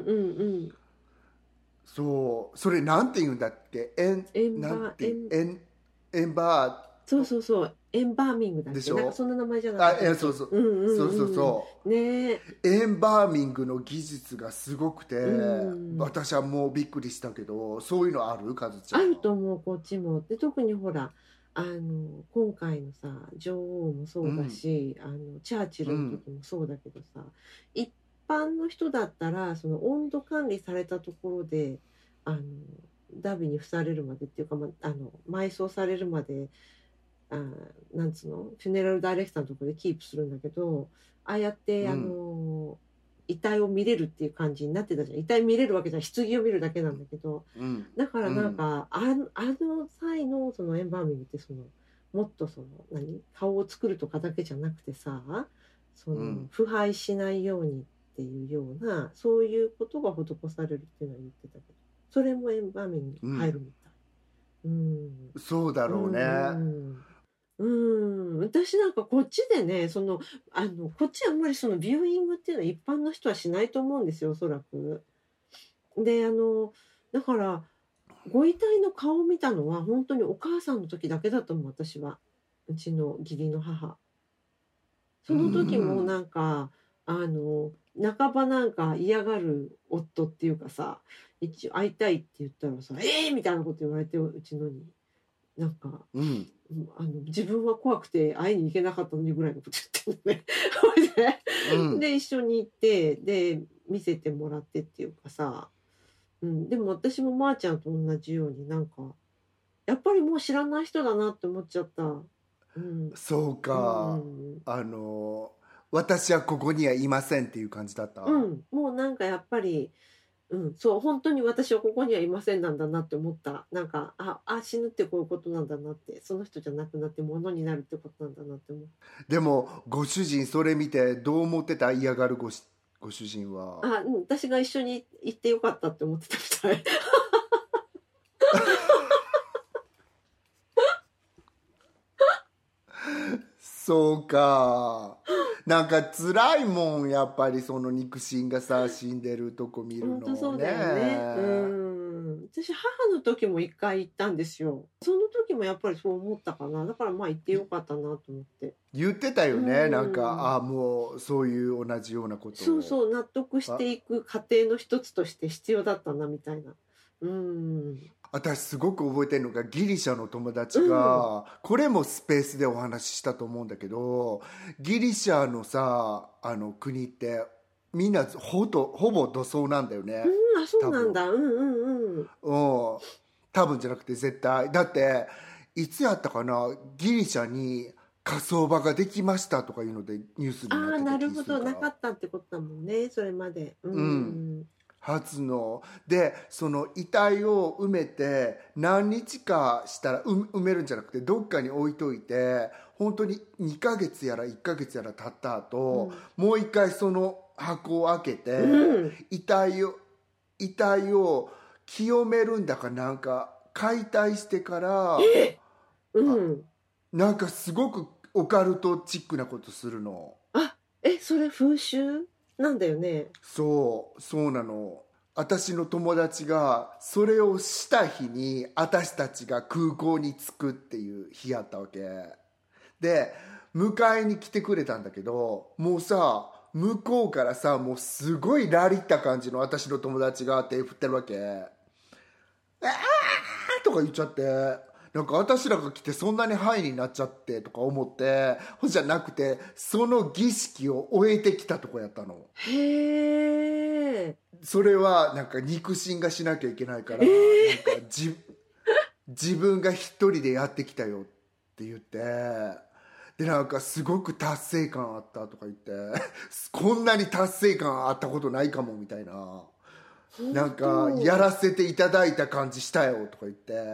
そう、それなんて言うんだっけ、エンエンバーエンエンエンバーそうそうそう、エンバーミングだっけ、でしょ、なんかそんな名前じゃなかったっけ。 あ、そうそう、うんうんうん、そうそうそうね、エンバーミングの技術がすごくて、うん、私はもうびっくりしたけど、そういうのある？カズちゃん。 あると思う、こっちも。で特にほらあの今回のさ女王もそうだし、うん、あのチャーチルの時もそうだけどさ、うん、一般の人だったらその温度管理されたところであのダビに付されるまでっていうか、ま、あの埋葬されるまで、あなんつうの、フィネラルダイレクターのところでキープするんだけど、ああやって、うん、あの遺体を見れるっていう感じになってたじゃん。遺体見れるわけじゃん、棺を見るだけなんだけど、うん、だからなんか、うん、あ, あの際のそのエンバーミングってそのもっとその何顔を作るとかだけじゃなくてさ、その、うん、腐敗しないようにっていうようなそういうことが施されるっていうのは言ってたけど、それもエンバーミングに入るみたい、うんうん、 そうだろうね、 うんうん、私なんかこっちでね、そのあのこっちあんまりそのビューイングっていうのは一般の人はしないと思うんですよ、おそらく。で、あのだからご遺体の顔を見たのは本当にお母さんの時だけだと思う、私は。うちの義理の母。その時もなんか、うん、あの半ばなんか嫌がる夫っていうかさ、一応会いたいって言ったらさ、えーみたいなこと言われて、うちのに。 なんか、 うん、 あの自分は怖くて会いに行けなかったのにぐらいのこと言ってるのね。 うん、 で一緒に行ってで見せてもらってっていうかさ、うん、でも私もまーちゃんと同じようになんかやっぱりもう知らない人だなって思っちゃった。うん、 そううか。 ん、 あの私はここにはいませんっていう感じだった。 うん、もうなんかやっぱり、うん、そう本当に私はここにはいませんなんだなって思った。なんかああ死ぬってこういうことなんだなって、その人じゃなくなって物になるってことなんだなって思う。 でもご主人それ見てどう思ってた？嫌がるごしご主人は。 あ、うん、私が一緒に行ってよかったって思ってたみたい。 そうか。なんか辛いもん、やっぱりその肉親がさ死んでるとこ見る本当そうのね。 だよね。うん。私母の時も一回行ったんですよ。その時もやっぱりそう思ったかな。だからまあ行ってよかったなと思って。 言ってたようね、 ん。 なんかあもうそういう同じようなことを。 そうそう納得していく過程の一つとして必要だったなみたいな。うん。 私すごく覚えてるのがギリシャの友達うん。 が、これもスペースでお話ししたと思うんだけど、ギリシャのさあの国ってみんなほとほぼ土葬なんだよね、 うん、あ、そうなん多分。 だ。うんうんうん。 うん、多分じゃなくて絶対だって、いつやったかな、ギリシャに火葬場ができましたとかいうのでニュースになっああ、 てた気なるほど。 するから。 なかったってことだもんね。それまで。ううん、 ん。 初のでその遺体を埋めて何日かしたらう埋めるんじゃなくてどっかに置いといて、本当ににかげつやらいっかげつやら経った後、 うん。 もう一回その箱を開けて、 うん。 遺体を遺体を清めるんだかなんか解体してから、 うあん。 なんかすごくオカルトチックなことするの。 あ、え、それ風習なんだよね。 そうそうなの。私の友達がそれをした日に私たちが空港に着くっていう日やったわけで、迎えに来てくれたんだけど、もうさ向こうからさもうすごいラリった感じの私の友達が手振ってるわけ。あーとか言っちゃって、なんか私らが来てそんなにハイになっちゃってとか思って、ほじゃなくてその儀式を終えてきたとこやったの。 へえ。 それはなんか肉親がしなきゃいけないから、 えなんー、 かじ自分が一人でやってきたよって言って、でなんかすごく達成感あったとか言ってこんなに達成感あったことないかもみたいな、なん本かやら当。 せていただいた感じしたよとか言って。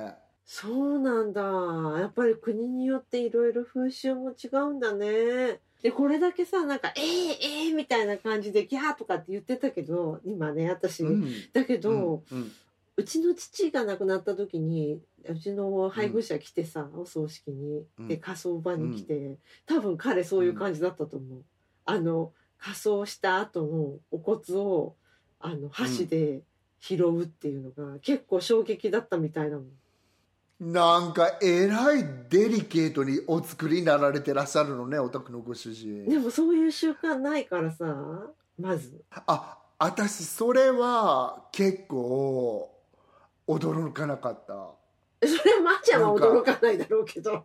そうなんだ。やっぱり国によっていろいろ風習も違うんだね。で、これだけさ、なんか、えー、えー、みたいな感じでギャーとかって言ってたけど、今ね、私。 うんだけうんど、 うんうちの父が亡くなった時に、うちのうん配偶者来てさ、お葬式に、で、 うん火葬場うんに来て、多分彼そういううん感じだったと思う。あの、火葬した後のお骨を、あの、 うん箸で拾うっていうのが結構衝撃だったみたいなもん。 なんかえらいデリケートにお作りになられてらっしゃるのね、お宅のご主人。 でもそういう習慣ないからさ、まず。 あ、私それは結構驚かなかった。 それはまーちゃんはなんか驚かないだろうけど。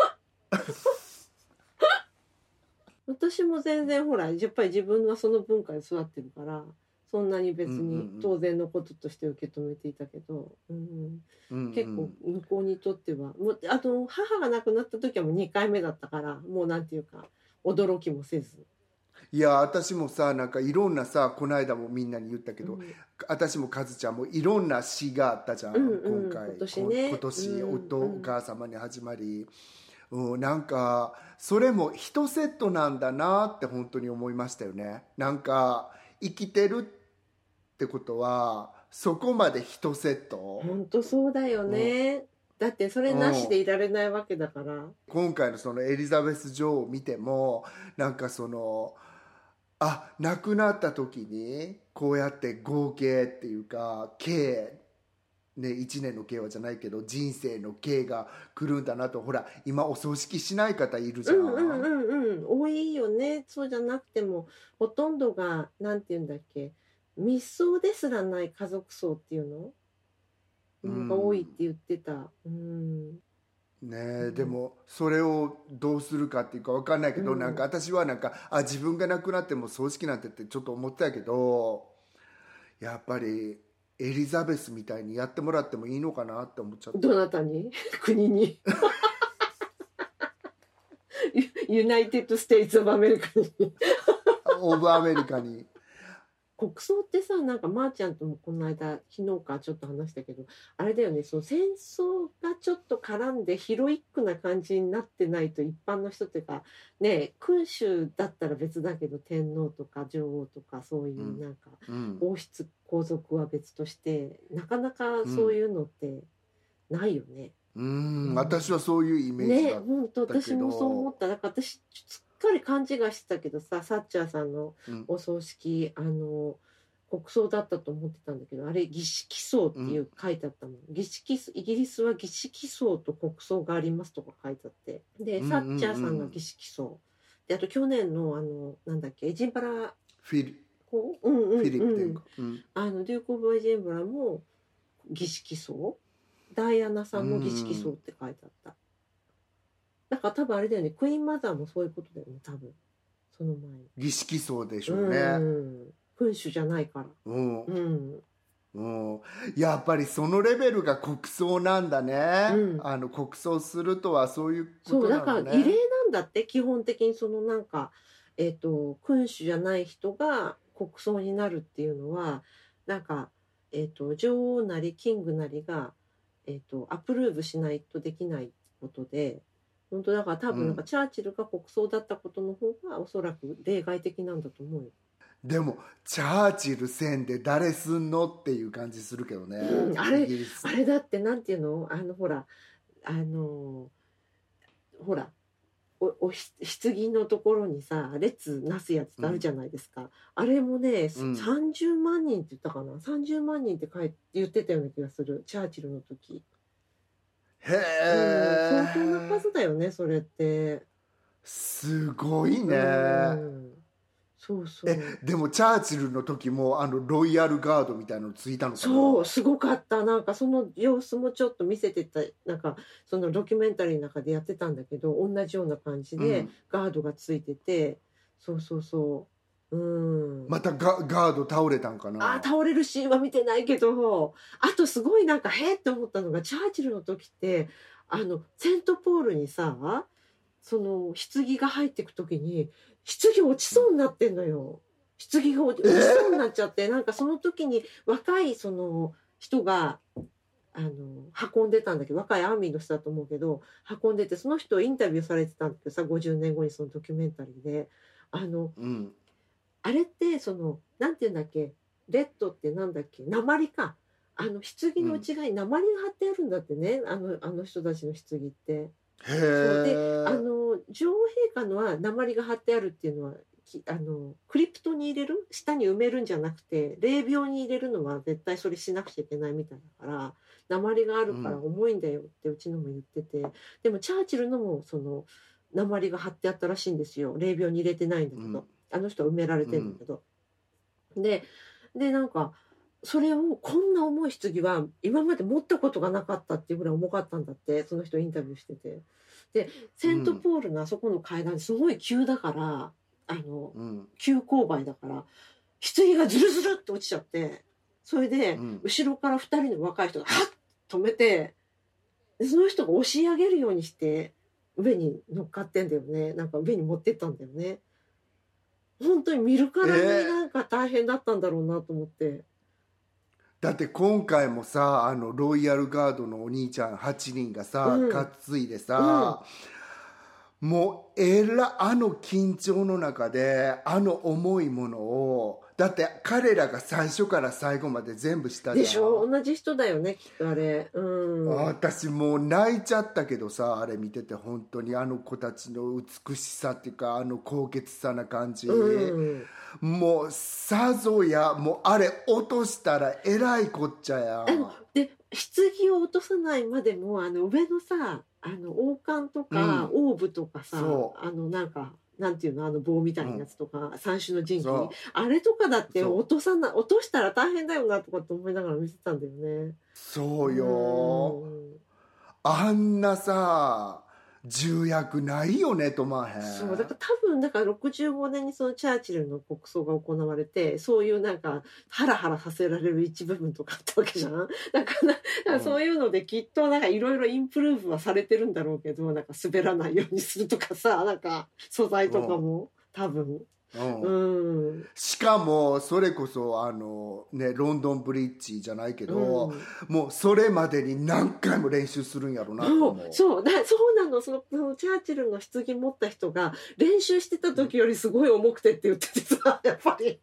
私も全然ほら、やっぱり自分はその文化で育ってるから、そんなに別に当然のこととして受け止めていたけど、うん、 うんうん、 結構向こうにとっては、もうあと母が亡くなった時はもうにかいめだったから、もうなんていうか、驚きもせず。 いや私もさ、なんかいろんなさ、この間もみんなに言ったけど、うん、私もカズちゃんもいろんな詩があったじゃん、うんうん、今回今年ね、 今年、 うん、 夫、お母様に始まり、うん、なんかそれも一セットなんだなって本当に思いましたよね。なんか生きてるってことはそこまで一セット。 本当そうだよね、うん、だってそれなしでいられないわけだから、うん、 今回のそのエリザベス女王を見てもなんかそのあ亡くなった時にこうやって合計っていうか計ね、いちねんの計はじゃないけど人生の計が来るんだなと。ほら今お葬式しない方いるじゃん。 うんうんうんうん、多いよね。そうじゃなくてもほとんどがなんて言うんだっけ、密葬ですらない家族葬っていうの、うん、が多いって言ってた。うん、 ねえ、でもそれをどうするかっていうか分かんないけど、うん、なんか私はなんかあ自分が亡くなっても葬式なんてってちょっと思ってたけど、やっぱりエリザベスみたいにやってもらってもいいのかなって思っちゃった。 どなたに？国にユナイテッド・ステイツ・オブ・アメリカにオブ・アメリカに国葬ってさ、なんかまーちゃんともこの間昨日かちょっと話したけど、あれだよね、その戦争がちょっと絡んでヒロイックな感じになってないと、一般の人っていうかね、君主だったら別だけど天皇とか女王とかそういうなんか王室皇族は別として、なかなかそういうのってないよね。 うん、うん、私はそういうイメージだったけどね、 本当私もそう思った。だから私すっかり勘違いしてたけどさ、サッチャーさんのお葬式、うん、あの国葬だったと思ってたんだけど、あれ儀式葬っていう書いてあったもん、うん、儀式イギリスは儀式葬と国葬がありますとか書いてあって、で、サッチャーさんが儀式葬で、あと去年のあのなんだっけエジンバラフィリこう、うんうんうん、フィリップ殿下、うん、 あのデューク・オブ・エジンバラも儀式葬、ダイアナさんも儀式葬って書いてあった。だから多分あれだよね、クイーンマザーもそういうことだよね、多分その前に儀式葬でしょうね、うん、 君主じゃないから、 うんうんうん、やっぱりそのレベルが国葬なんだね、うん、あの国葬するとはそういうことなのね。 そうだから異例なんだって、基本的にそのなんか、えーと、君主じゃない人が国葬になるっていうのはなんか、えーと、女王なりキングなりが、えーと、アプローブしないとできないことで、本当だから多分なんかチャーチルが国葬だったことの方がおそらく例外的なんだと思うよ。 でもチャーチルせんで誰すんのっていう感じするけどね、 うん、あれあれだってなんていうの、あのほらあのほらおおひ棺のところにさ列なすやつってあるじゃないですか、うん、あれもね、うん、さんじゅうまんにんって言ったかな、さんじゅうまんにんって書いて言ってたような気がする、チャーチルの時。 へえ、 うん、相当な数だよねそれって。 すごいね、うん、 そうそう。 えでもチャーチルの時もあのロイヤルガードみたいなのついたのかな。 そうすごかった。なんかその様子もちょっと見せてた、なんかそのドキュメンタリーの中でやってたんだけど、同じような感じでガードがついてて、うん、そうそうそう、うん、 また ガ, ガード倒れたんかな。 あ倒れるシーンは見てないけど、あとすごいなんかへーって思ったのが、チャーチルの時ってあのセントポールにさ、その棺が入っていく時に棺落ちそうになってんのよ。棺が落ちそうになっちゃって、えー、なんかその時に若いその人があの運んでたんだけど、若いアーミーの人だと思うけど運んでて、その人をインタビューされてたんだけどさ、ごじゅうねんごにそのドキュメンタリーで、あの、うん、あれってそのなんていうんだっけ、レッドってなんだっけ、鉛か、あの棺の内側に鉛が貼ってあるんだってね、あのあの人たちの棺って。 へー。 であの女王陛下のは鉛が貼ってあるっていうのはあのクリプトに入れる、下に埋めるんじゃなくて霊廟に入れるのは絶対それしなくちゃいけないみたいだから、鉛があるから重いんだよってうちのも言ってて、うん、でもチャーチルのもその鉛が貼ってあったらしいんですよ。霊廟に入れてないんだけど、うん、あの人は埋められてるんだけど、うん、ででなんかそれを、こんな重い棺は今まで持ったことがなかったっていうぐらい重かったんだって、その人インタビューしてて。でセントポールのあそこの階段すごい急だから、あの、うん、急勾配だから棺がズルズルって落ちちゃって、それで、うん、後ろからふたりの若い人がハッと止めて、その人が押し上げるようにして上に乗っかってんだよね。なんか上に持ってったんだよね。本当に見るからになんか大変だったんだろうなと思って、えーだって今回もさ、あのロイヤルガードのお兄ちゃんはちにんがさ、うん、担いでさ、うん、もうえらあの緊張の中であの重いものを、だって彼らが最初から最後まで全部したじゃん。 でしょ、同じ人だよねきっとあれ、うん、 私もう泣いちゃったけどさ、あれ見てて本当にあの子たちの美しさっていうか、あの高潔さな感じ、うん、もうさぞやもうあれ落としたらえらいこっちゃや。 で棺を落とさないまでも、あの上のさ、あの王冠とか、うん、オーブとかさ、あのなんかなんていうの、あの棒みたいなやつとか、うん、三種の神器、あれとかだって落とさな落としたら大変だよなとかって思いながら見てたんだよね。 そうよ、うん、 あんなさ重役ないよねと思わへん。 そうだから多分だからろくじゅうごねんにそのチャーチルの国葬が行われて、そういうなんかハラハラさせられる一部分とかあったわけじゃん。だからだからそういうのできっとなんかいろいろインプルーブはされてるんだろうけど、なんか滑らないようにするとかさ、なんか素材とかも多分。 うんうん、 しかもそれこそあの、ね、ロンドンブリッジじゃないけど、うん、もうそれまでに何回も練習するんやろなと思う。 そうだそうなの。そのそのチャーチルの棺持った人が練習してた時よりすごい重くてって言っててさ、やっぱり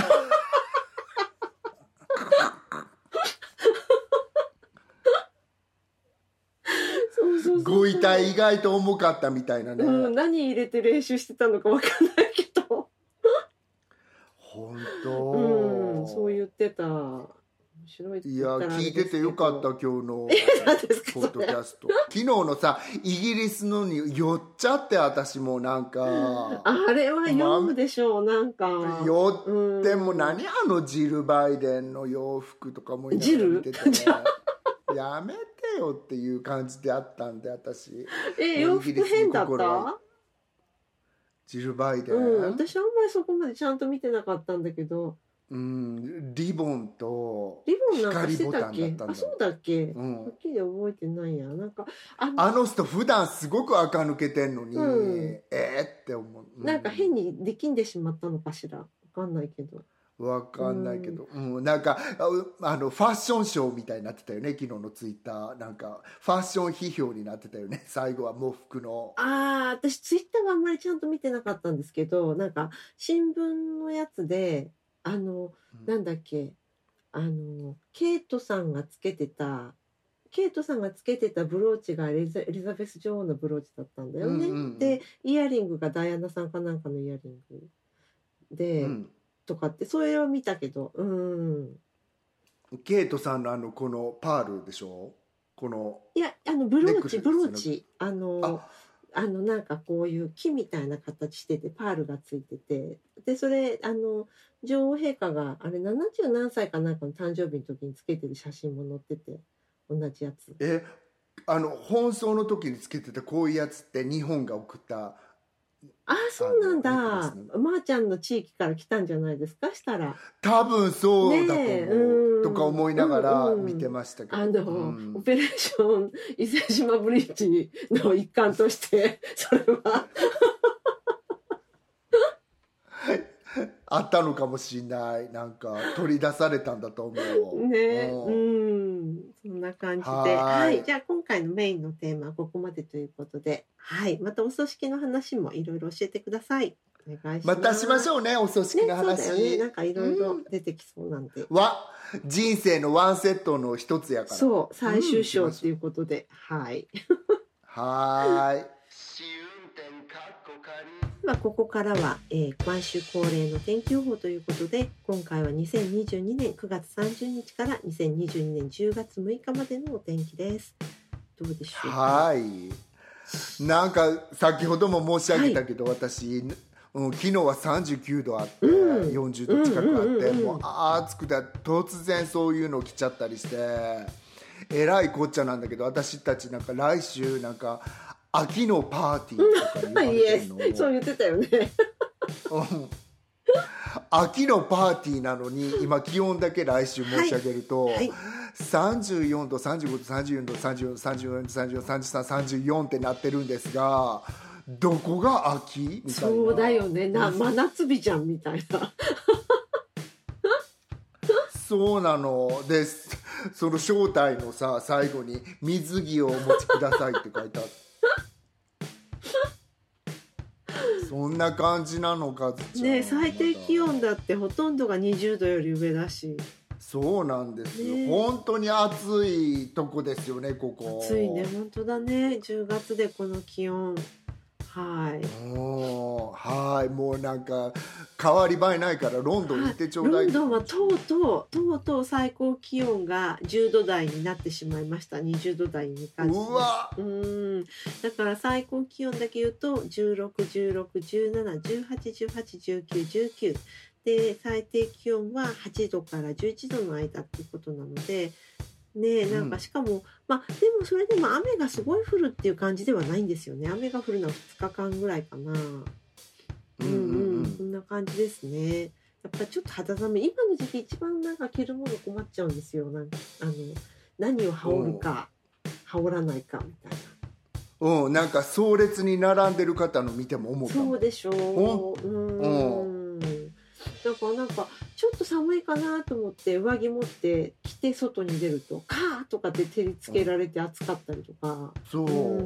そうそうそう、 ご遺体意外と重かったみたいなね、 うん、何入れて練習してたのか分かんないけど本当、 うん、そう言ってた。面白いっていや言ったらあれ聞いててよかった今日の何ですかポッドキャスト。昨日のさイギリスのに酔っちゃって、私もなんかあれは酔うでしょう、まあ、なんか酔っても何あのジル・バイデンの洋服とかもいながら見てて、ね、やめてよっていう感じであったんで、私え洋服変だった？ ジル・バイデン、 うん、私あんまりそこまでちゃんと見てなかったんだけど、 うん、リボンと光ボタンだったんだ。あ、そうだっけ、うん、はっきり覚えてないや。なんかあの、あの人普段すごく垢抜けてんのに、うん、えー、って思う、 うん、なんか変に力んでしまったのかしら、わかんないけどわかんないけど、うんうん、なんかあのファッションショーみたいになってたよね、昨日のツイッター。なんかファッション批評になってたよね、最後は喪服の。 ああ、私ツイッターはあんまりちゃんと見てなかったんですけど、なんか新聞のやつであの、うん、なんだっけ、あのケイトさんがつけてたケイトさんがつけてたブローチがエリザ、エリザベス女王のブローチだったんだよね、うんうんうん、でイヤリングがダイアナさんかなんかのイヤリングで、うん、とかってそれを見たけど、うん、 ケイトさんのあのこのパールでしょ、このいやあのブローチブローチあのあのなんかこういう木みたいな形しててパールがついてて、でそれあの女王陛下があれななじゅう何歳かなんかの誕生日の時につけてる写真も載ってて、同じやつ。 えあの本葬の時につけてたこういうやつって日本が送った。 ああそうなんだ。まーちゃんの地域から来たんじゃないですか、したら。 多分そうだと思う、ね、とか思いながら見てましたけど、 うんうん、あの、うん、オペレーション伊勢志摩ブリッジの一環としてそれはあったのかもしれない。なんか取り出されたんだと思うね、うん、うん、そんな感じで、は、はい、じゃあ今回のメインのテーマはここまでということで、はい、またお葬式の話もいろいろ教えてください。お願いします。 またしましょうね、お葬式の話、 ね、そうだよね、なんかいろいろ出てきそうなんで、 うん、わ人生のワンセットの一つやから、 そう最終章っていうことで、うん、はいはいまあ、ここからは、えー、毎週恒例の天気予報ということで、今回はにせんにじゅうにねんくがつさんじゅうにちからにせんにじゅうにねんじゅうがつむいかまでのお天気です。どうでしょうか。 はい、なんか先ほども申し上げたけど、はい、私、うん、昨日はさんじゅうきゅうどあって、うん、よんじゅうど近くあって、うんうんうんうん、もう暑くて突然そういうの来ちゃったりしてえらいこっちゃなんだけど、私たちなんか来週なんか秋のパーティーとか言われてんの、 うん、そう言ってたよね、 うん、秋のパーティーなのに今気温だけ来週申し上げると、はいはい、さんじゅうよんどさんじゅうごどさんじゅうよんどさんじゅうよんどさんじゅうよんどさんじゅうよんどさんじゅうさんどさんじゅうよんってなってるんですが、どこが秋みたいな。 そうだよね、な真夏日じゃんみたいなそうなのです。その招待のさ最後に水着をお持ちくださいって書いてあってそんな感じなのかね。最低気温だってほとんどがにじゅうどより上だし。 そうなんですよ、ね、本当に暑いとこですよね、ここ。 暑いね、本当だね、じゅうがつでこの気温。はい、 おはい、もうなんか変わり映えないからロンドン行ってちょうだい。 ロンドンはとうとうとうとう最高気温がじゅうどだいになってしまいました。にじゅうどだいに感じ。 うわ、 うんだから最高気温だけ言うとじゅうろく、じゅうろく、じゅうなな、じゅうはち、じゅうはち、じゅうきゅう、じゅうきゅうで最低気温ははちどからじゅういちどの間っていうことなので、 ね、なんかしかも、うん、まあでもそれでも雨がすごい降るっていう感じではないんですよね。雨が降るのはふつかかんぐらいかな。うんうん、うん、そんな感じですね。やっぱちょっと肌寒い。今の時期一番なんか着るもの困っちゃうんですよ。なんかあの何を羽織るか羽織らないかみたいな。 うん、なんか壮烈に並んでる方の見ても思ったもん。 そうでしょう。うん。うんだからなんかちょっと寒いかなと思って上着持って着て外に出るとカーとかって照りつけられて暑かったりとか、 そう、うん、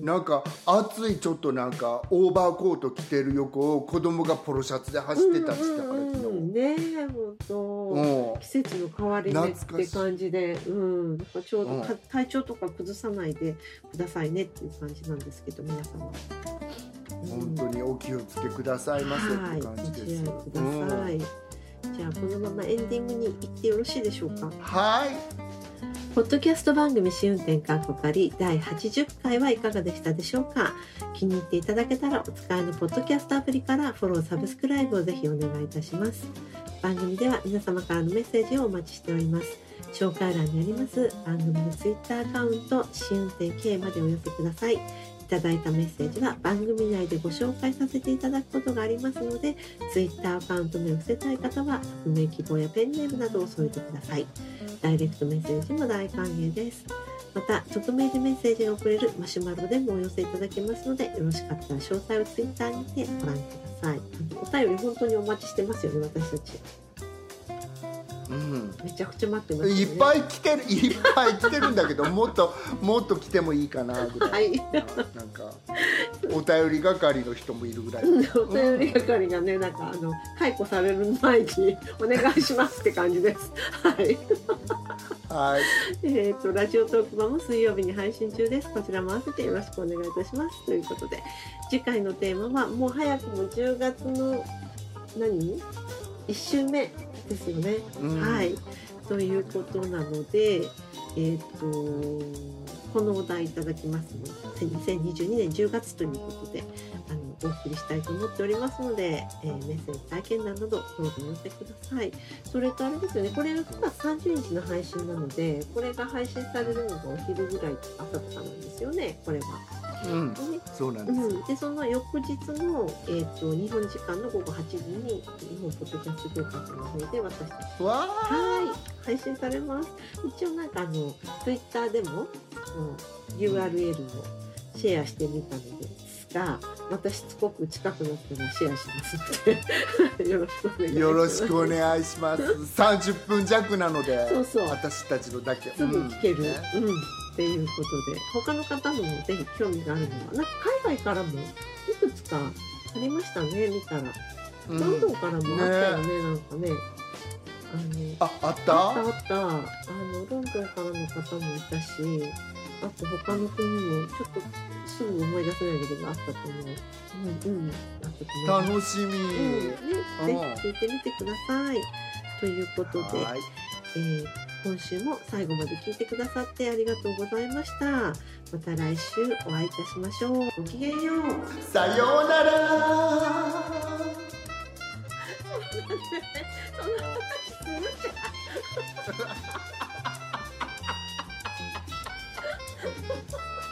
なんか暑いちょっとなんかオーバーコート着てる横を子供がポロシャツで走ってたりしたから、 うんうん、ねえ本当季節の変わり目って感じで、うん、だからちょうどか、うん、体調とか崩さないでくださいねっていう感じなんですけど皆様。 本当にお気をつけくださいませって感じです。 はい、ご自愛ください。うん、じゃあこのままエンディングに行ってよろしいでしょうか。 はい。 ポッドキャスト番組試運転かっこかりだいはちじゅっかいはいかがでしたでしょうか。気に入っていただけたらお使いのポッドキャストアプリからフォローサブスクライブをぜひお願いいたします。番組では皆様からのメッセージをお待ちしております。紹介欄にあります番組のツイッターアカウント試運転 K までお寄せください。いただいたメッセージは番組内でご紹介させていただくことがありますので、ツイッターアカウント名を伏せたい方は匿名希望やペンネームなどを添えてください。ダイレクトメッセージも大歓迎です。また匿名でメッセージが送れるマシュマロでもお寄せいただけますので、よろしかったら詳細をツイッターにてご覧ください。お便り本当にお待ちしてますよね、私たち。うん、めちゃくちゃ待ってます、ね、 いっぱい来てるいっぱい来てるんだけどもっともっと来てもいいかなぐらい、はい、なんかお便り係の人もいるぐらい、 お便り係がねなんかあの解雇される前にお願いしますって感じですはいはい、えっとラジオトーク版も水曜日に配信中です。こちらも合わせてよろしくお願いいたしますということで、次回のテーマはもう早くもじゅうがつの何いっ週目ですよね、うん、はいということなので、えー、とこのお題いただきますのにせんにじゅうにねんじゅうがつということであのお送りしたいと思っておりますので、えー、メッセージ体験談などどうぞお寄せください。それとあれですよね、これがくがつさんじゅうにちの配信なので、これが配信されるのがお昼ぐらい朝とかなんですよね、これは。 うん、そうなんです、 うん、でその翌日の、えー、と日本時間のごごはちじに日本ポッドキャスト協会の方で私たちはい配信されます。一応なんかあのツイッターでも、うん、ユーアールエルをシェアしてみたのですが、またしつこく近くなったらシェアしますのでよろしくお願いします。 よろしくお願いしますさんじゅっぷん弱なのでそうそう私たちのだけすぐ聞ける、うんうんっていうことで、他の方のもぜひ興味があるのはなんか海外からもいくつかありましたね。見たらロンドンからもあったよね、ねなんかねあの あ, あったあったあったあのロンドンからの方もいたし、あと他の国もちょっとすぐ思い出せないんだけどあったと思う。うんうんあったと思う。楽しみ、うんね、ぜひ聞いてみてくださいということで、えー今週も最後まで聞いてくださってありがとうございました。また来週お会いいたしましょう。ごきげんよう。 さようなら。 そんな話するじゃん。